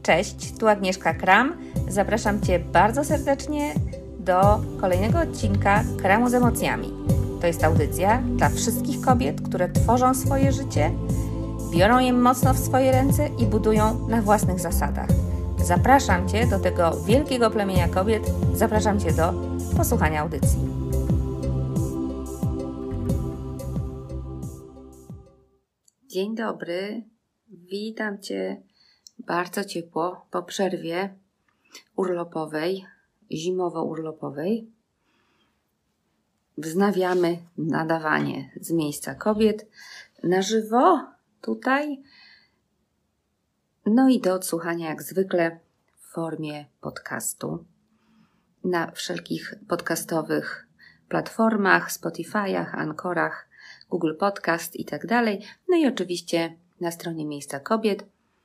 Cześć, tu Agnieszka Kram. Zapraszam Cię bardzo serdecznie do kolejnego odcinka Kramu z emocjami. To jest audycja dla wszystkich kobiet, które tworzą swoje życie, biorą je mocno w swoje ręce i budują na własnych zasadach. Zapraszam Cię do tego wielkiego plemienia kobiet, zapraszam Cię do posłuchania audycji. Dzień dobry, witam Cię bardzo ciepło po przerwie urlopowej, zimowo-urlopowej. Wznawiamy nadawanie z miejsca kobiet na żywo tutaj. No i do odsłuchania jak zwykle w formie podcastu na wszelkich podcastowych platformach, Spotify'ach, Anchorach, Google Podcast i tak dalej. No i oczywiście na stronie Miejsca Kobiet.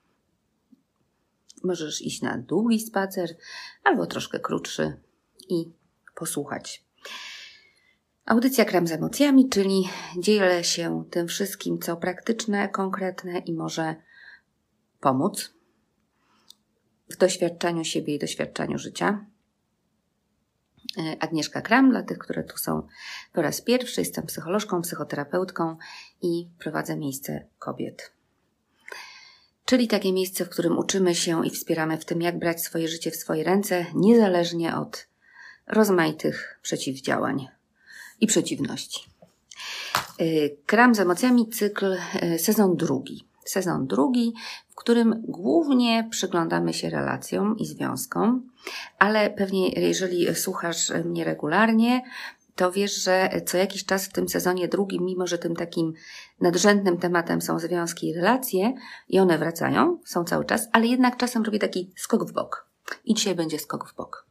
Możesz iść na długi spacer albo troszkę krótszy i posłuchać. Audycja Kram z emocjami, czyli dzielę się tym wszystkim, co praktyczne, konkretne i może pomóc w doświadczaniu siebie i doświadczaniu życia. Agnieszka Kram, dla tych, które tu są po raz pierwszy, jestem psycholożką, psychoterapeutką i prowadzę Miejsce Kobiet. Czyli takie miejsce, w którym uczymy się i wspieramy w tym, jak brać swoje życie w swoje ręce, niezależnie od rozmaitych przeciwdziałań i przeciwności. Kram z emocjami, cykl, sezon drugi, w którym głównie przyglądamy się relacjom i związkom, ale pewnie jeżeli słuchasz mnie regularnie, to wiesz, że co jakiś czas w tym sezonie drugim, mimo że tym takim nadrzędnym tematem są związki i relacje i one wracają, są cały czas, ale jednak czasem robię taki skok w bok. I dzisiaj będzie skok w bok.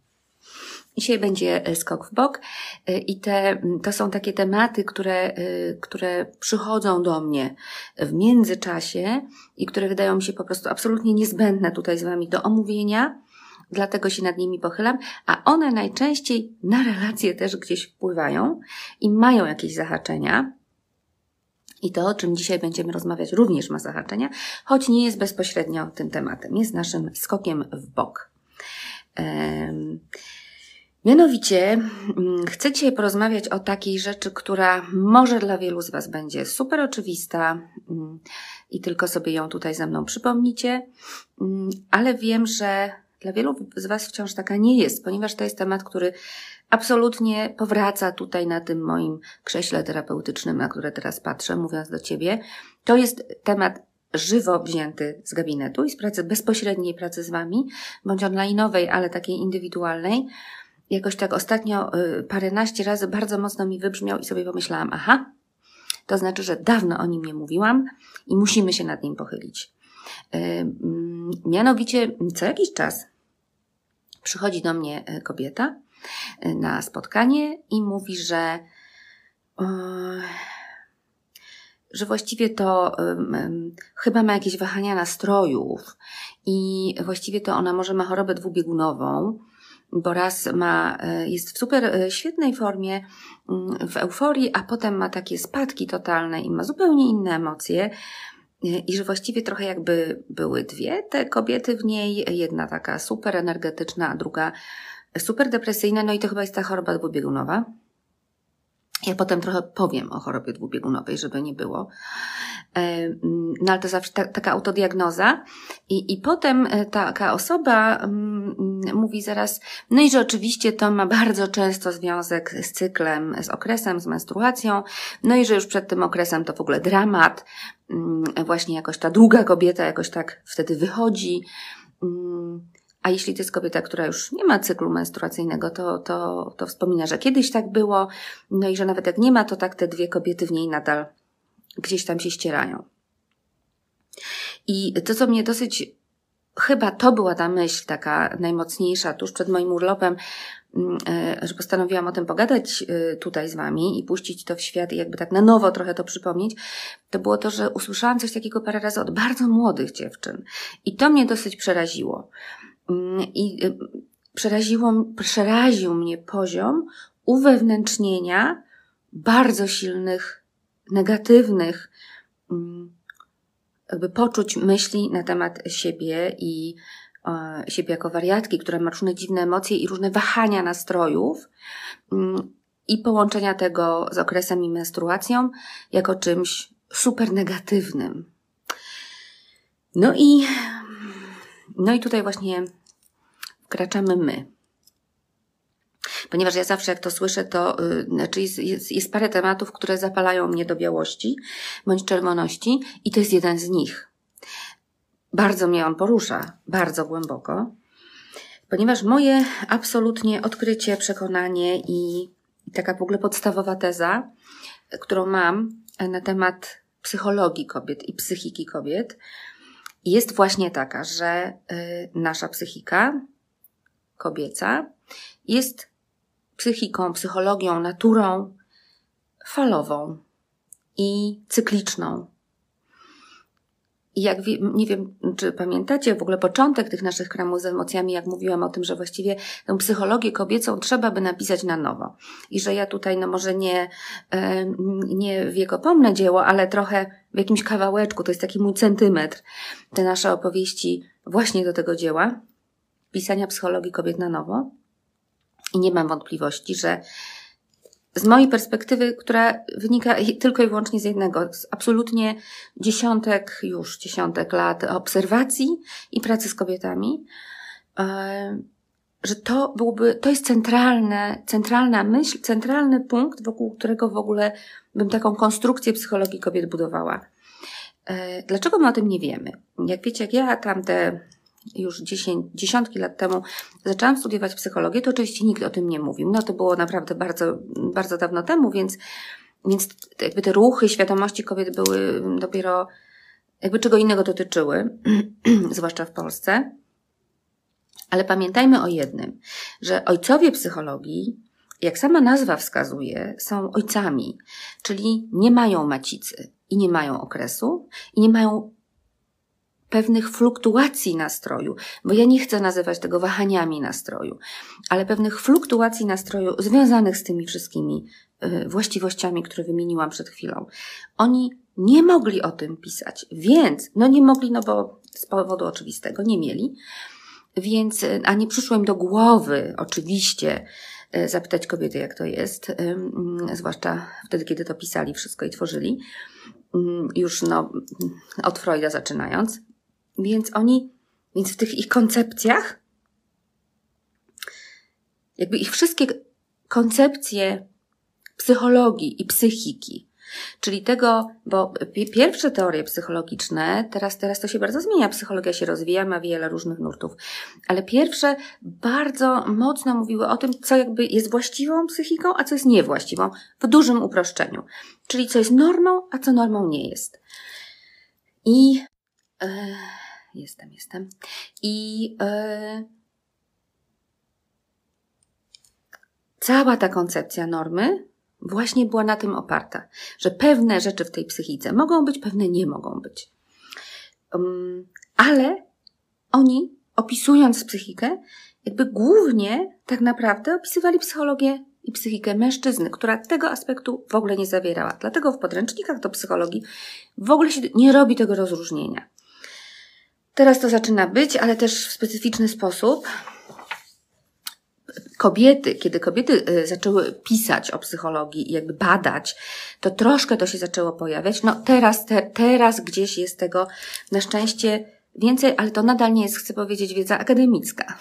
I to są takie tematy, które przychodzą do mnie w międzyczasie i które wydają mi się po prostu absolutnie niezbędne tutaj z Wami do omówienia, dlatego się nad nimi pochylam, a one najczęściej na relacje też gdzieś wpływają i mają jakieś zahaczenia. I to, o czym dzisiaj będziemy rozmawiać, również ma zahaczenia, choć nie jest bezpośrednio tym tematem, jest naszym skokiem w bok. Mianowicie chcę dzisiaj porozmawiać o takiej rzeczy, która może dla wielu z Was będzie super oczywista i tylko sobie ją tutaj ze mną przypomnicie, ale wiem, że dla wielu z Was wciąż taka nie jest, ponieważ to jest temat, który absolutnie powraca tutaj na tym moim krześle terapeutycznym, na które teraz patrzę, mówiąc do Ciebie. To jest temat żywo wzięty z gabinetu i z pracy, bezpośredniej pracy z Wami, bądź online'owej, ale takiej indywidualnej. Jakoś tak ostatnio paręnaście razy bardzo mocno mi wybrzmiał i sobie pomyślałam, aha, to znaczy, że dawno o nim nie mówiłam i musimy się nad nim pochylić. Mianowicie co jakiś czas przychodzi do mnie kobieta na spotkanie i mówi, że właściwie to chyba ma jakieś wahania nastrojów i właściwie to ona może ma chorobę dwubiegunową, bo raz jest w super świetnej formie, w euforii, a potem ma takie spadki totalne i ma zupełnie inne emocje i że właściwie trochę jakby były dwie te kobiety w niej, jedna taka super energetyczna, a druga super depresyjna, no i to chyba jest ta choroba dwubiegunowa. Ja potem trochę powiem o chorobie dwubiegunowej, żeby nie było. No ale to zawsze taka autodiagnoza. I potem taka osoba mówi zaraz, no i że oczywiście to ma bardzo często związek z cyklem, z okresem, z menstruacją. No i że już przed tym okresem to w ogóle dramat. Właśnie jakoś ta druga kobieta jakoś tak wtedy wychodzi. A jeśli to jest kobieta, która już nie ma cyklu menstruacyjnego, to wspomina, że kiedyś tak było, no i że nawet jak nie ma, to tak te dwie kobiety w niej nadal gdzieś tam się ścierają. I to, co mnie dosyć, chyba to była ta myśl taka najmocniejsza tuż przed moim urlopem, że postanowiłam o tym pogadać tutaj z Wami i puścić to w świat i jakby tak na nowo trochę to przypomnieć, to było to, że usłyszałam coś takiego parę razy od bardzo młodych dziewczyn. I to mnie dosyć przeraziło. I przeraził mnie poziom uwewnętrznienia bardzo silnych, negatywnych jakby poczuć myśli na temat siebie i siebie jako wariatki, która ma różne dziwne emocje i różne wahania nastrojów i połączenia tego z okresem i menstruacją jako czymś super negatywnym. No i tutaj właśnie wkraczamy my. Ponieważ ja zawsze jak to słyszę, to znaczy jest parę tematów, które zapalają mnie do białości bądź czerwoności i to jest jeden z nich. Bardzo mnie on porusza, bardzo głęboko, ponieważ moje absolutnie odkrycie, przekonanie i taka w ogóle podstawowa teza, którą mam na temat psychologii kobiet i psychiki kobiet, jest właśnie taka, że nasza psychika kobieca jest psychiką, psychologią, naturą falową i cykliczną. I jak nie wiem, czy pamiętacie w ogóle początek tych naszych kramów z emocjami, jak mówiłam o tym, że właściwie tę psychologię kobiecą trzeba by napisać na nowo. I że ja tutaj, no może nie wiekopomne dzieło, ale trochę w jakimś kawałeczku, to jest taki mój centymetr, te nasze opowieści właśnie do tego dzieła, pisania psychologii kobiet na nowo. I nie mam wątpliwości, że z mojej perspektywy, która wynika tylko i wyłącznie z jednego, z absolutnie dziesiątek lat obserwacji i pracy z kobietami, że to jest centralna myśl, centralny punkt, wokół którego w ogóle bym taką konstrukcję psychologii kobiet budowała. Dlaczego my o tym nie wiemy? Jak wiecie, jak ja tamte już dziesiątki lat temu zaczęłam studiować psychologię, to oczywiście nikt o tym nie mówił. No to było naprawdę bardzo, bardzo dawno temu, więc jakby te ruchy świadomości kobiet były dopiero jakby czego innego dotyczyły, zwłaszcza w Polsce. Ale pamiętajmy o jednym, że ojcowie psychologii, jak sama nazwa wskazuje, są ojcami, czyli nie mają macicy i nie mają okresu i nie mają pewnych fluktuacji nastroju, bo ja nie chcę nazywać tego wahaniami nastroju, ale pewnych fluktuacji nastroju związanych z tymi wszystkimi właściwościami, które wymieniłam przed chwilą. Oni nie mogli o tym pisać, więc, nie mogli, bo z powodu oczywistego nie mieli, więc, a nie przyszło im do głowy, oczywiście, zapytać kobiety, jak to jest, zwłaszcza wtedy, kiedy to pisali wszystko i tworzyli, już od Freuda zaczynając. Więc w tych ich koncepcjach, jakby ich wszystkie koncepcje psychologii i psychiki, czyli tego, bo pierwsze teorie psychologiczne, teraz to się bardzo zmienia, psychologia się rozwija, ma wiele różnych nurtów, ale pierwsze bardzo mocno mówiły o tym, co jakby jest właściwą psychiką, a co jest niewłaściwą, w dużym uproszczeniu, czyli co jest normą, a co normą nie jest. I Jestem. I cała ta koncepcja normy właśnie była na tym oparta, że pewne rzeczy w tej psychice mogą być, pewne nie mogą być. Ale oni, opisując psychikę, jakby głównie tak naprawdę opisywali psychologię i psychikę mężczyzny, która tego aspektu w ogóle nie zawierała. Dlatego w podręcznikach do psychologii w ogóle się nie robi tego rozróżnienia. Teraz to zaczyna być, ale też w specyficzny sposób. Kiedy kobiety zaczęły pisać o psychologii i jakby badać, to troszkę to się zaczęło pojawiać. Teraz gdzieś jest tego na szczęście więcej, ale to nadal nie jest, chcę powiedzieć, wiedza akademicka.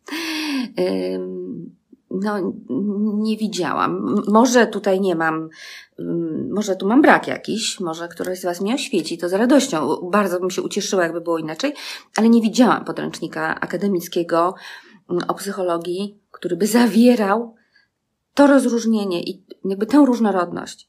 Nie widziałam. Może tutaj nie mam, może tu mam brak jakiś, może któraś z Was mnie oświeci, to z radością. Bardzo bym się ucieszyła, jakby było inaczej, ale nie widziałam podręcznika akademickiego o psychologii, który by zawierał to rozróżnienie i jakby tę różnorodność.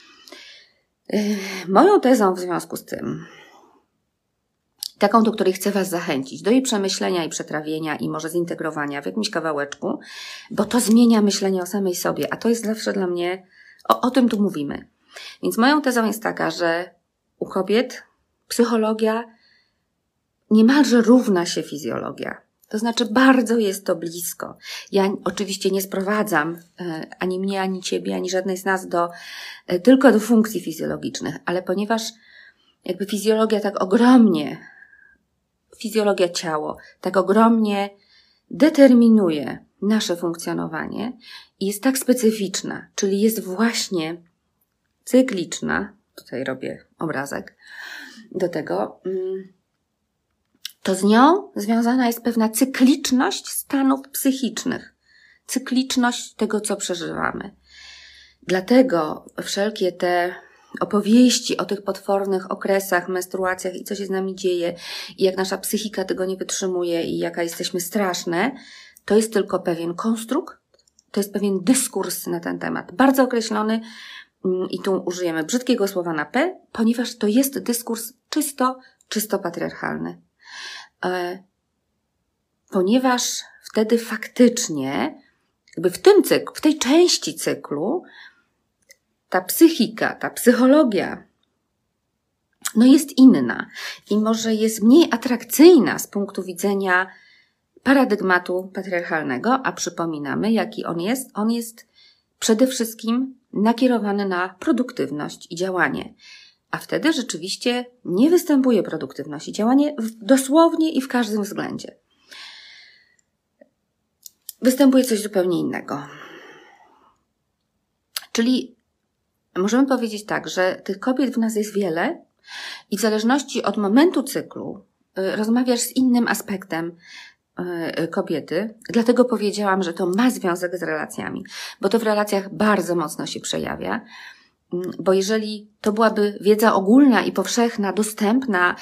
Moją tezą w związku z tym, taką, do której chcę Was zachęcić, do jej przemyślenia i przetrawienia i może zintegrowania w jakimś kawałeczku, bo to zmienia myślenie o samej sobie, a to jest zawsze dla mnie, o tym tu mówimy. Więc moją tezą jest taka, że u kobiet psychologia niemalże równa się fizjologia. To znaczy bardzo jest to blisko. Ja oczywiście nie sprowadzam ani mnie, ani Ciebie, ani żadnej z nas tylko do funkcji fizjologicznych, ale ponieważ jakby fizjologia tak ogromnie fizjologia ciało tak ogromnie determinuje nasze funkcjonowanie i jest tak specyficzna, czyli jest właśnie cykliczna, tutaj robię obrazek do tego, to z nią związana jest pewna cykliczność stanów psychicznych, cykliczność tego, co przeżywamy. Dlatego wszelkie te opowieści o tych potwornych okresach, menstruacjach i co się z nami dzieje i jak nasza psychika tego nie wytrzymuje i jaka jesteśmy straszne, to jest tylko pewien konstrukt, to jest pewien dyskurs na ten temat, bardzo określony i tu użyjemy brzydkiego słowa na P, ponieważ to jest dyskurs czysto patriarchalny. Ponieważ wtedy faktycznie jakby w tej części cyklu ta psychika, ta psychologia jest inna i może jest mniej atrakcyjna z punktu widzenia paradygmatu patriarchalnego, a przypominamy, jaki on jest. On jest przede wszystkim nakierowany na produktywność i działanie. A wtedy rzeczywiście nie występuje produktywność i działanie dosłownie i w każdym względzie. Występuje coś zupełnie innego. Czyli możemy powiedzieć tak, że tych kobiet w nas jest wiele i w zależności od momentu cyklu rozmawiasz z innym aspektem kobiety. Dlatego powiedziałam, że to ma związek z relacjami, bo to w relacjach bardzo mocno się przejawia. Bo jeżeli to byłaby wiedza ogólna i powszechna, dostępna,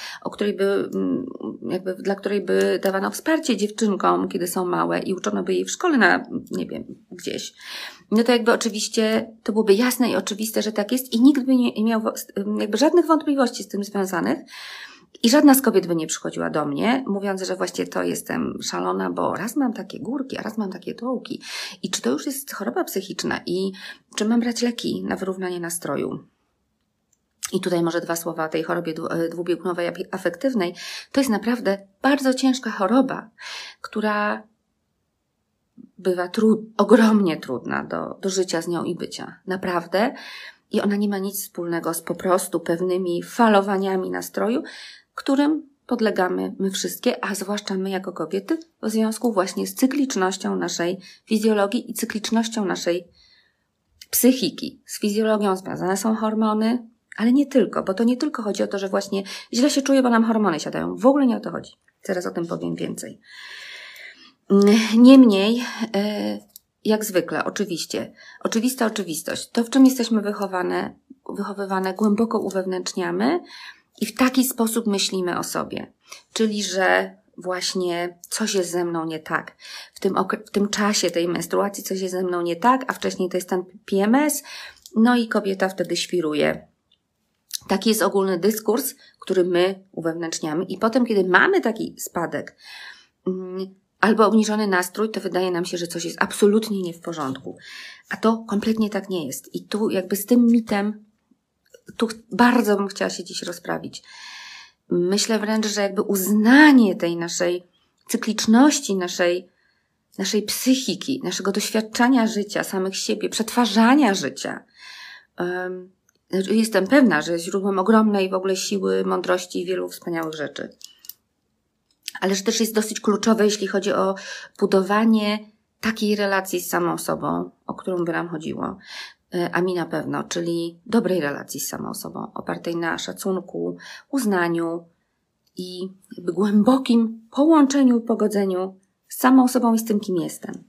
dla której by dawano wsparcie dziewczynkom, kiedy są małe i uczono by jej w szkole gdzieś, to oczywiście to byłoby jasne i oczywiste, że tak jest i nikt by nie miał żadnych wątpliwości z tym związanych. I żadna z kobiet by nie przychodziła do mnie, mówiąc, że właśnie to jestem szalona, bo raz mam takie górki, a raz mam takie dołki. I czy to już jest choroba psychiczna? I czy mam brać leki na wyrównanie nastroju? I tutaj może 2 słowa o tej chorobie dwubiegunowej afektywnej. To jest naprawdę bardzo ciężka choroba, która bywa ogromnie trudna do życia z nią i bycia. Naprawdę. I ona nie ma nic wspólnego z po prostu pewnymi falowaniami nastroju, którym podlegamy my wszystkie, a zwłaszcza my jako kobiety, w związku właśnie z cyklicznością naszej fizjologii i cyklicznością naszej psychiki. Z fizjologią związane są hormony, ale nie tylko, bo to nie tylko chodzi o to, że właśnie źle się czuję, bo nam hormony siadają. W ogóle nie o to chodzi. Zaraz o tym powiem więcej. Niemniej, jak zwykle, oczywiście, oczywista oczywistość. To, w czym jesteśmy wychowywane, głęboko uwewnętrzniamy i w taki sposób myślimy o sobie. Czyli, że właśnie coś jest ze mną nie tak. W tym czasie tej menstruacji coś jest ze mną nie tak, a wcześniej to jest ten PMS, i kobieta wtedy świruje. Taki jest ogólny dyskurs, który my uwewnętrzniamy i potem, kiedy mamy taki spadek albo obniżony nastrój, to wydaje nam się, że coś jest absolutnie nie w porządku. A to kompletnie tak nie jest. I tu z tym mitem, bardzo bym chciała się dziś rozprawić. Myślę wręcz, że uznanie tej naszej cykliczności, naszej psychiki, naszego doświadczania życia, samych siebie, przetwarzania życia. Jestem pewna, że jest źródłem ogromnej w ogóle siły, mądrości i wielu wspaniałych rzeczy. Ale że też jest dosyć kluczowe, jeśli chodzi o budowanie takiej relacji z samą sobą, o którą by nam chodziło, a mi na pewno, czyli dobrej relacji z samą sobą, opartej na szacunku, uznaniu i głębokim połączeniu, pogodzeniu z samą sobą i z tym, kim jestem.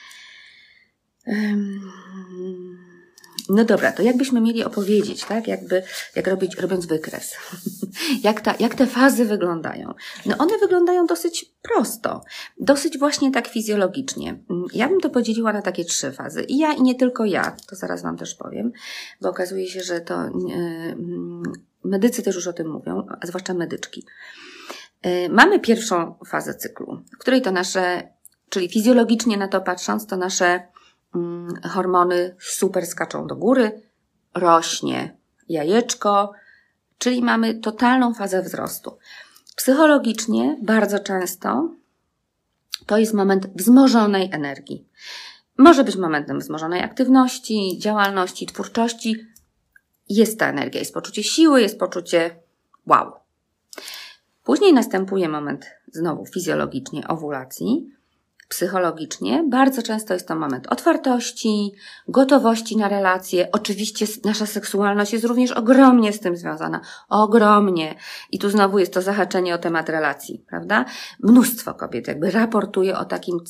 No dobra, to jakbyśmy mieli opowiedzieć, tak? Robiąc wykres. Jak te fazy wyglądają? One wyglądają dosyć prosto. Dosyć właśnie tak fizjologicznie. Ja bym to podzieliła na takie 3 fazy. I nie tylko ja. To zaraz Wam też powiem. Bo okazuje się, że to medycy też już o tym mówią, a zwłaszcza medyczki. Mamy pierwszą fazę cyklu, w której to czyli fizjologicznie na to patrząc, to nasze hormony super skaczą do góry, rośnie jajeczko, czyli mamy totalną fazę wzrostu. Psychologicznie bardzo często to jest moment wzmożonej energii. Może być momentem wzmożonej aktywności, działalności, twórczości. Jest ta energia, jest poczucie siły, jest poczucie wow. Później następuje moment znowu fizjologicznie owulacji. Psychologicznie bardzo często jest to moment otwartości, gotowości na relacje. Oczywiście nasza seksualność jest również ogromnie z tym związana. Ogromnie. I tu znowu jest to zahaczenie o temat relacji, prawda? Mnóstwo kobiet jakby raportuje o takim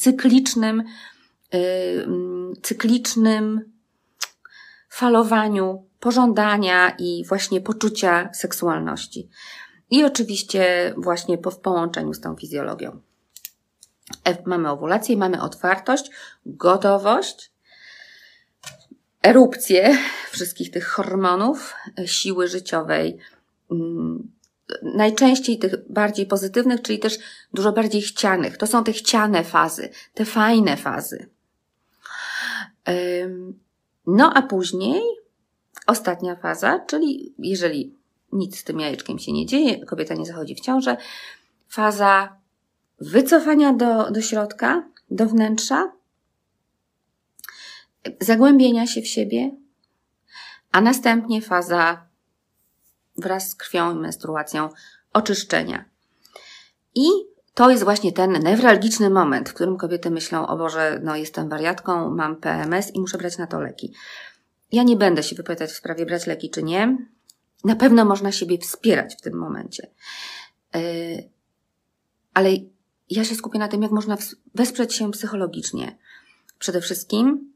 cyklicznym falowaniu pożądania i właśnie poczucia seksualności. I oczywiście właśnie w połączeniu z tą fizjologią. Mamy owulację, mamy otwartość, gotowość, erupcję wszystkich tych hormonów, siły życiowej, najczęściej tych bardziej pozytywnych, czyli też dużo bardziej chcianych. To są te chciane fazy, te fajne fazy. No a później ostatnia faza, czyli jeżeli nic z tym jajeczkiem się nie dzieje, kobieta nie zachodzi w ciążę, faza wycofania do środka, do wnętrza, zagłębienia się w siebie, a następnie faza wraz z krwią i menstruacją oczyszczenia. I to jest właśnie ten newralgiczny moment, w którym kobiety myślą, o Boże, no jestem wariatką, mam PMS i muszę brać na to leki. Ja nie będę się wypowiadać w sprawie brać leki czy nie. Na pewno można siebie wspierać w tym momencie. Ale ja się skupię na tym, jak można wesprzeć się psychologicznie. Przede wszystkim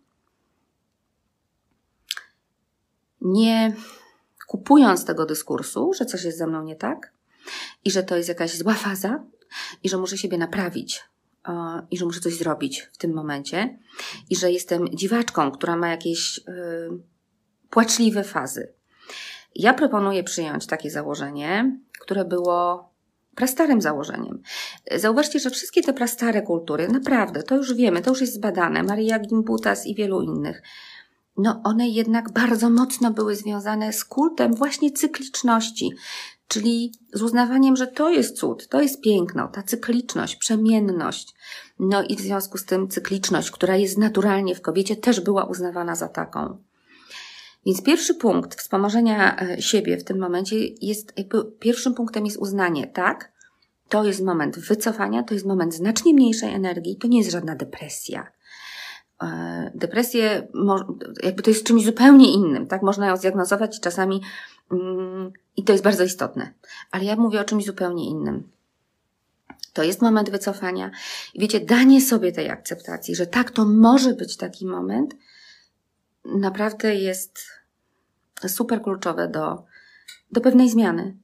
nie kupując tego dyskursu, że coś jest ze mną nie tak i że to jest jakaś zła faza i że muszę siebie naprawić i że muszę coś zrobić w tym momencie i że jestem dziwaczką, która ma jakieś płaczliwe fazy. Ja proponuję przyjąć takie założenie, które było prastarym założeniem. Zauważcie, że wszystkie te prastare kultury, naprawdę, to już wiemy, to już jest zbadane, Maria Gimbutas i wielu innych, no one jednak bardzo mocno były związane z kultem właśnie cykliczności, czyli z uznawaniem, że to jest cud, to jest piękno, ta cykliczność, przemienność. No i w związku z tym cykliczność, która jest naturalnie w kobiecie, też była uznawana za taką. Więc pierwszy punkt wspomożenia siebie w tym momencie jest, jakby pierwszym punktem jest uznanie, tak, to jest moment wycofania, to jest moment znacznie mniejszej energii, to nie jest żadna depresja. Depresję, jakby to jest czymś zupełnie innym, tak, można ją zdiagnozować czasami i to jest bardzo istotne, ale ja mówię o czymś zupełnie innym. To jest moment wycofania i wiecie, danie sobie tej akceptacji, że tak, to może być taki moment, naprawdę jest super kluczowe do pewnej zmiany.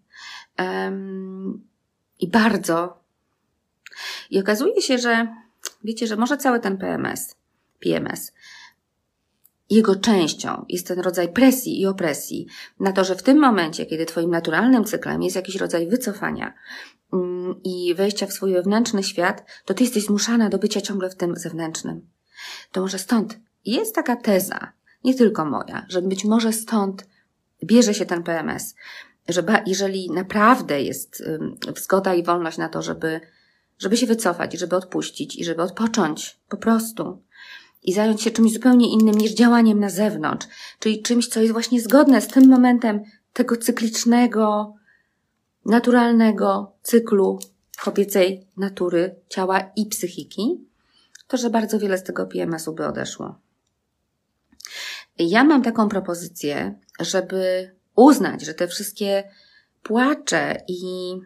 I okazuje się, że wiecie, że może cały ten PMS, jego częścią jest ten rodzaj presji i opresji na to, że w tym momencie, kiedy twoim naturalnym cyklem jest jakiś rodzaj wycofania i wejścia w swój wewnętrzny świat, to ty jesteś zmuszana do bycia ciągle w tym zewnętrznym. To może stąd jest taka teza, nie tylko moja, że być może stąd bierze się ten PMS, że jeżeli naprawdę jest zgoda i wolność na to, żeby się wycofać, żeby odpuścić i żeby odpocząć po prostu i zająć się czymś zupełnie innym niż działaniem na zewnątrz, czyli czymś, co jest właśnie zgodne z tym momentem tego cyklicznego, naturalnego cyklu kobiecej natury, ciała i psychiki, to że bardzo wiele z tego PMS-u by odeszło. Ja mam taką propozycję, żeby uznać, że te wszystkie płacze i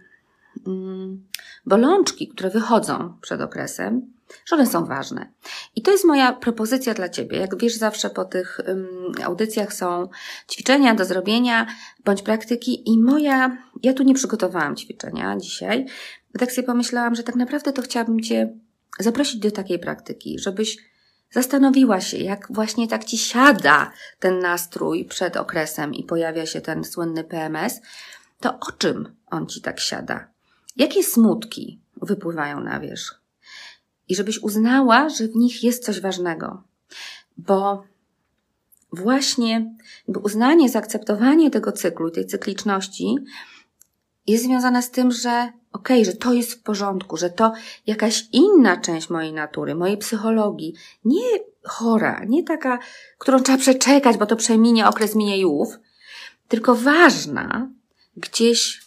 bolączki, które wychodzą przed okresem, że one są ważne. I to jest moja propozycja dla Ciebie. Jak wiesz, zawsze po tych audycjach są ćwiczenia do zrobienia bądź praktyki i ja tu nie przygotowałam ćwiczenia dzisiaj, bo tak sobie pomyślałam, że tak naprawdę to chciałabym Cię zaprosić do takiej praktyki, żebyś zastanowiła się, jak właśnie tak Ci siada ten nastrój przed okresem i pojawia się ten słynny PMS, to o czym on Ci tak siada? Jakie smutki wypływają na wierzch? I żebyś uznała, że w nich jest coś ważnego. Bo właśnie uznanie, zaakceptowanie tego cyklu i tej cykliczności jest związane z tym, że że to jest w porządku, że to jakaś inna część mojej natury, mojej psychologii, nie chora, nie taka, którą trzeba przeczekać, bo to przeminie, okres minie już, tylko ważna, gdzieś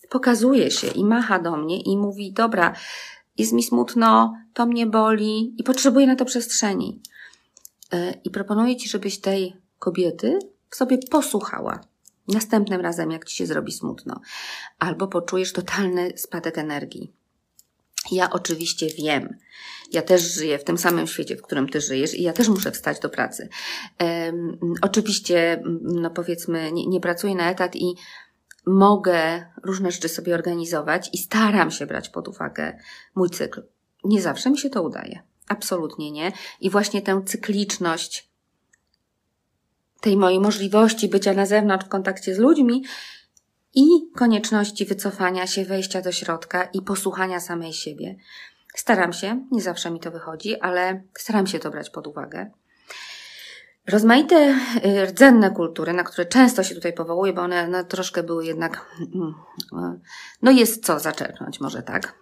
pokazuje się i macha do mnie i mówi, dobra, jest mi smutno, to mnie boli i potrzebuję na to przestrzeni. I proponuję Ci, żebyś tej kobiety w sobie posłuchała. Następnym razem, jak Ci się zrobi smutno. Albo poczujesz totalny spadek energii. Ja oczywiście wiem. Ja też żyję w tym samym świecie, w którym Ty żyjesz i ja też muszę wstać do pracy. Oczywiście, no powiedzmy, nie pracuję na etat i mogę różne rzeczy sobie organizować i staram się brać pod uwagę mój cykl. Nie zawsze mi się to udaje. Absolutnie nie. I właśnie tę cykliczność tej mojej możliwości bycia na zewnątrz w kontakcie z ludźmi i konieczności wycofania się, wejścia do środka i posłuchania samej siebie. Staram się, nie zawsze mi to wychodzi, ale staram się to brać pod uwagę. Rozmaite rdzenne kultury, na które często się tutaj powołuję, bo one no, troszkę były jednak, no jest co zaczerpnąć, może tak.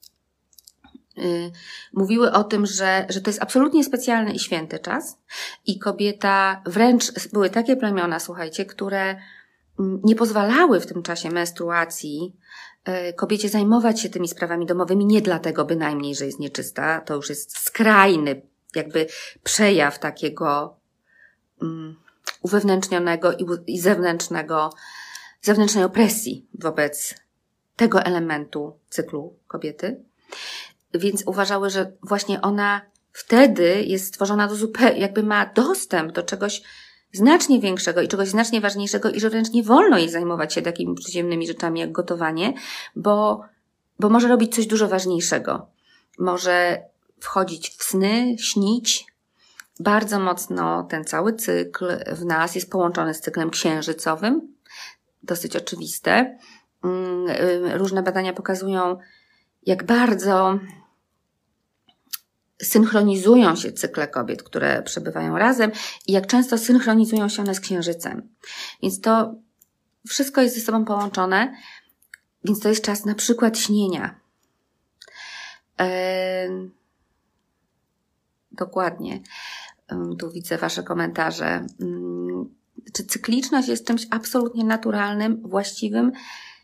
Mówiły o tym, że to jest absolutnie specjalny i święty czas i kobieta, wręcz były takie plemiona, słuchajcie, które nie pozwalały w tym czasie menstruacji kobiecie zajmować się tymi sprawami domowymi, nie dlatego bynajmniej, że jest nieczysta, to już jest skrajny jakby przejaw takiego uwewnętrznionego i zewnętrznej opresji wobec tego elementu cyklu kobiety. Więc uważały, że właśnie ona wtedy jest stworzona jakby ma dostęp do czegoś znacznie większego i czegoś znacznie ważniejszego i że wręcz nie wolno jej zajmować się takimi przyziemnymi rzeczami jak gotowanie, bo może robić coś dużo ważniejszego. Może wchodzić w sny, śnić. Bardzo mocno ten cały cykl w nas jest połączony z cyklem księżycowym. Dosyć oczywiste. Różne badania pokazują, jak bardzo synchronizują się cykle kobiet, które przebywają razem i jak często synchronizują się one z księżycem. Więc to wszystko jest ze sobą połączone, więc to jest czas na przykład śnienia. Dokładnie. Tu widzę Wasze komentarze. Czy cykliczność jest czymś absolutnie naturalnym, właściwym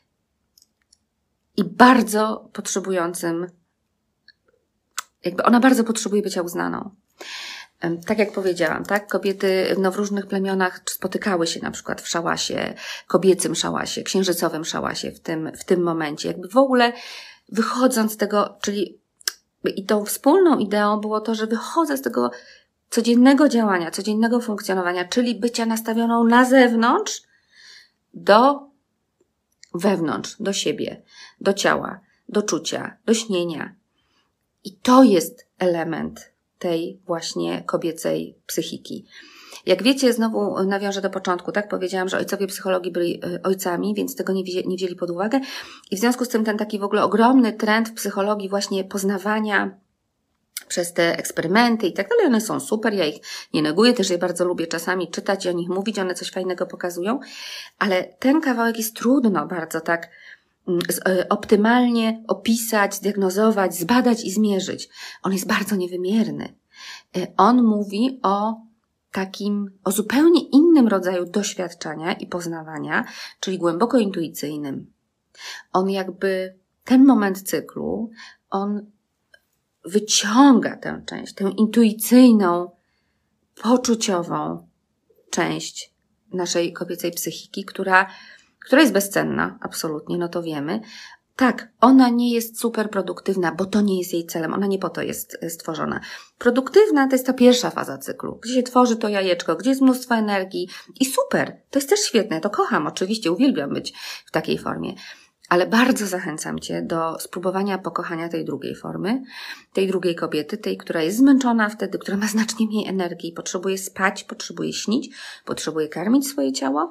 i bardzo potrzebującym, jakby ona bardzo potrzebuje bycia uznaną. Tak jak powiedziałam, tak? Kobiety w różnych plemionach spotykały się na przykład w szałasie, kobiecym szałasie, księżycowym szałasie w tym momencie. Jakby w ogóle wychodząc z tego, czyli i tą wspólną ideą było to, że wychodzę z tego codziennego działania, codziennego funkcjonowania, czyli bycia nastawioną na zewnątrz do wewnątrz, do siebie, do ciała, do czucia, do śnienia. I to jest element tej właśnie kobiecej psychiki. Jak wiecie, znowu nawiążę do początku, tak? Powiedziałam, że ojcowie psychologii byli ojcami, więc tego nie wzięli pod uwagę. I w związku z tym ten taki w ogóle ogromny trend w psychologii właśnie poznawania przez te eksperymenty i tak dalej, one są super, ja ich nie neguję, też je bardzo lubię czasami czytać i o nich mówić, one coś fajnego pokazują, ale ten kawałek jest trudno bardzo tak optymalnie opisać, zdiagnozować, zbadać i zmierzyć. On jest bardzo niewymierny. On mówi o zupełnie innym rodzaju doświadczenia i poznawania, czyli głęboko intuicyjnym. On jakby, ten moment cyklu, on wyciąga tę część, tę intuicyjną, poczuciową część naszej kobiecej psychiki, która jest bezcenna, absolutnie, no to wiemy. Tak, ona nie jest super produktywna, bo to nie jest jej celem, ona nie po to jest stworzona. Produktywna to jest ta pierwsza faza cyklu, gdzie się tworzy to jajeczko, gdzie jest mnóstwo energii i super, to jest też świetne, to kocham, oczywiście, uwielbiam być w takiej formie. Ale bardzo zachęcam Cię do spróbowania pokochania tej drugiej formy, tej drugiej kobiety, tej, która jest zmęczona wtedy, która ma znacznie mniej energii, potrzebuje spać, potrzebuje śnić, potrzebuje karmić swoje ciało.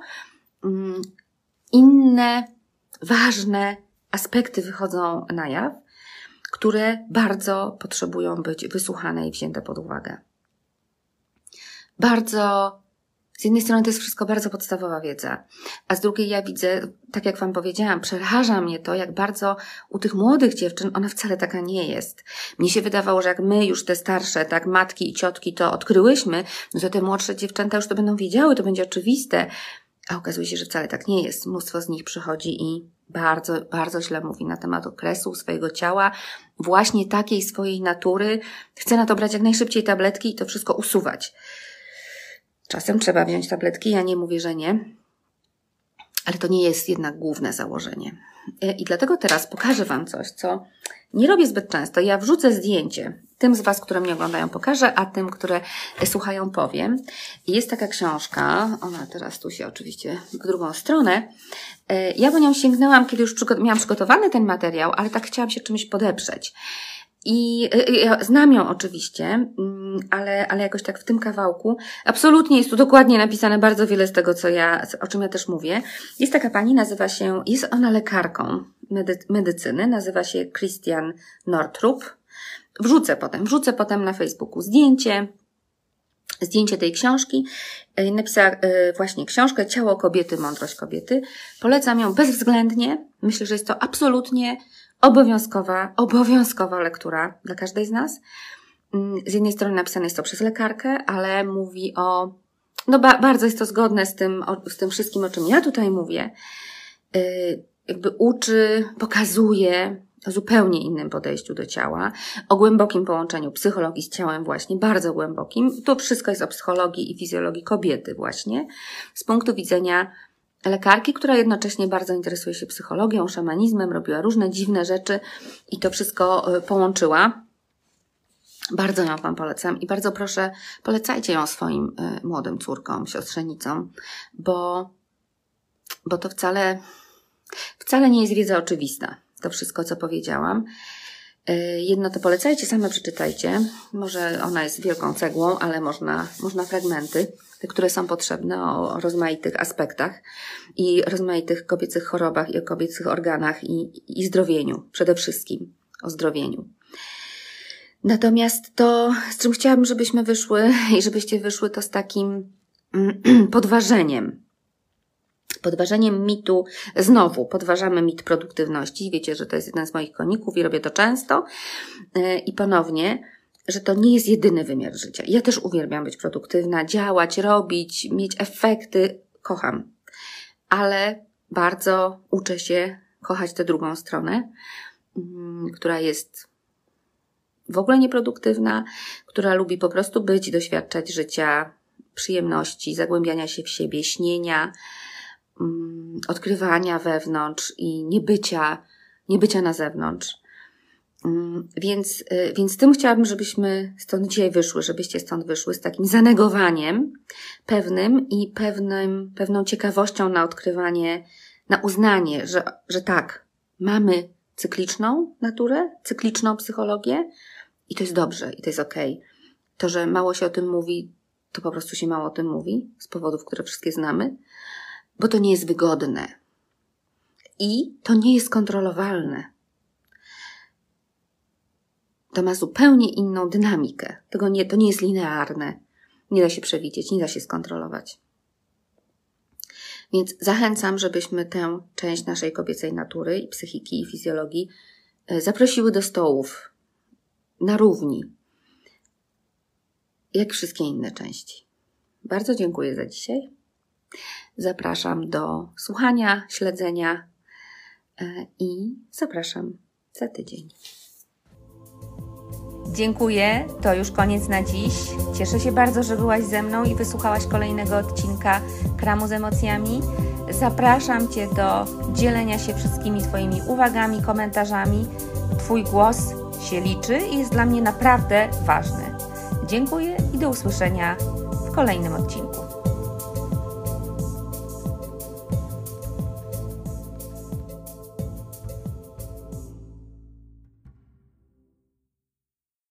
Inne ważne aspekty wychodzą na jaw, które bardzo potrzebują być wysłuchane i wzięte pod uwagę. Z jednej strony to jest wszystko bardzo podstawowa wiedza, a z drugiej ja widzę, tak jak Wam powiedziałam, przeraża mnie to, jak bardzo u tych młodych dziewczyn ona wcale taka nie jest. Mnie się wydawało, że jak my już te starsze, tak matki i ciotki to odkryłyśmy, no to te młodsze dziewczęta już to będą wiedziały, to będzie oczywiste, a okazuje się, że wcale tak nie jest. Mnóstwo z nich przychodzi i bardzo, bardzo źle mówi na temat okresu swojego ciała, właśnie takiej swojej natury. Chce na to brać jak najszybciej tabletki i to wszystko usuwać. Czasem trzeba wziąć tabletki, ja nie mówię, że nie, ale to nie jest jednak główne założenie. I dlatego teraz pokażę Wam coś, co nie robię zbyt często. Ja wrzucę zdjęcie. Tym z Was, które mnie oglądają, pokażę, a tym, które słuchają, powiem. Jest taka książka, ona teraz tu się oczywiście w drugą stronę. Ja po nią sięgnęłam, kiedy już miałam przygotowany ten materiał, ale tak chciałam się czymś podeprzeć. I ja znam ją oczywiście, ale jakoś tak w tym kawałku absolutnie jest tu dokładnie napisane bardzo wiele z tego, o czym ja też mówię. Jest taka pani, jest ona lekarką medycyny, nazywa się Christian Northrup. Wrzucę potem na Facebooku zdjęcie tej książki. Napisała właśnie książkę Ciało kobiety, mądrość kobiety. Polecam ją bezwzględnie. Myślę, że jest to absolutnie obowiązkowa lektura dla każdej z nas. Z jednej strony napisane jest to przez lekarkę, ale mówi bardzo jest to zgodne z tym wszystkim, o czym ja tutaj mówię. Jakby uczy, pokazuje o zupełnie innym podejściu do ciała, o głębokim połączeniu psychologii z ciałem właśnie, bardzo głębokim. To wszystko jest o psychologii i fizjologii kobiety właśnie, z punktu widzenia lekarki, która jednocześnie bardzo interesuje się psychologią, szamanizmem, robiła różne dziwne rzeczy i to wszystko połączyła. Bardzo ją Wam polecam i bardzo proszę, polecajcie ją swoim młodym córkom, siostrzenicom, bo to wcale nie jest wiedza oczywista. To wszystko, co powiedziałam. Jedno to polecajcie, same przeczytajcie. Może ona jest wielką cegłą, ale można fragmenty, te, które są potrzebne o rozmaitych aspektach i rozmaitych kobiecych chorobach i o kobiecych organach i zdrowieniu. Przede wszystkim o zdrowieniu. Natomiast to, z czym chciałabym, żebyśmy wyszły i żebyście wyszły, to z takim podważeniem mitu, znowu podważamy mit produktywności. Wiecie, że to jest jeden z moich koników i robię to często. I ponownie, że to nie jest jedyny wymiar życia. Ja też uwielbiam być produktywna, działać, robić, mieć efekty. Kocham. Ale bardzo uczę się kochać tę drugą stronę, która jest w ogóle nieproduktywna, która lubi po prostu być, doświadczać życia, przyjemności, zagłębiania się w siebie, śnienia, odkrywania wewnątrz i niebycia na zewnątrz. Więc tym chciałabym, żebyśmy stąd dzisiaj wyszły, żebyście stąd wyszły z takim zanegowaniem pewnym i pewną ciekawością na odkrywanie, na uznanie, że tak, mamy cykliczną naturę, cykliczną psychologię i to jest dobrze, i to jest okej. To, że mało się o tym mówi, to po prostu się mało o tym mówi, z powodów, które wszystkie znamy, bo to nie jest wygodne i to nie jest kontrolowalne. To ma zupełnie inną dynamikę. To nie jest linearne. Nie da się przewidzieć, nie da się skontrolować. Więc zachęcam, żebyśmy tę część naszej kobiecej natury i psychiki i fizjologii zaprosiły do stołów na równi, jak wszystkie inne części. Bardzo dziękuję za dzisiaj. Zapraszam do słuchania, śledzenia i zapraszam za tydzień. Dziękuję, to już koniec na dziś. Cieszę się bardzo, że byłaś ze mną i wysłuchałaś kolejnego odcinka Kramu z emocjami. Zapraszam Cię do dzielenia się wszystkimi Twoimi uwagami, komentarzami. Twój głos się liczy i jest dla mnie naprawdę ważny. Dziękuję i do usłyszenia w kolejnym odcinku.